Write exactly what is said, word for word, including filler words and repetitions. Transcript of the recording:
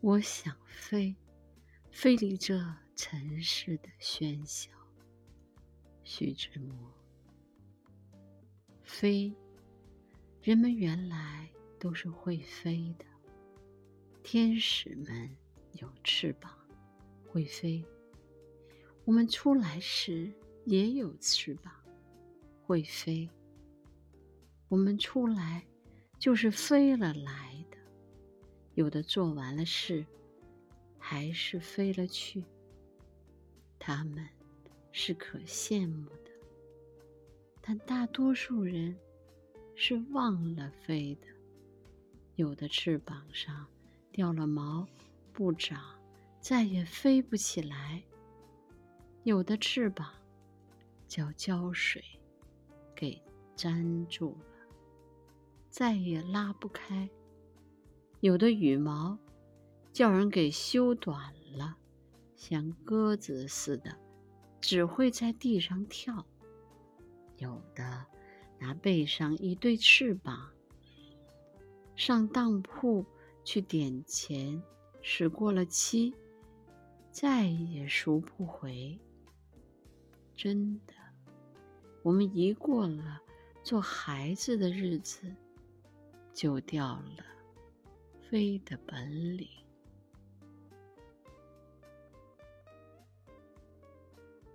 我想飞，飞离这尘世的喧嚣。徐志摩。飞，人们原来都是会飞的，天使们有翅膀，会飞。我们出来时也有翅膀，会飞。我们出来就是飞了来的，有的做完了事，还是飞了去。他们是可羡慕的，但大多数人是忘了飞的。有的翅膀上掉了毛，不长，再也飞不起来；有的翅膀叫胶水给粘住了，再也拉不开；有的羽毛叫人给修短了，像鸽子似的，只会在地上跳；有的拿背上一对翅膀，上当铺去点钱，使过了期，再也赎不回。真的，我们一过了做孩子的日子，就掉了飞的本领。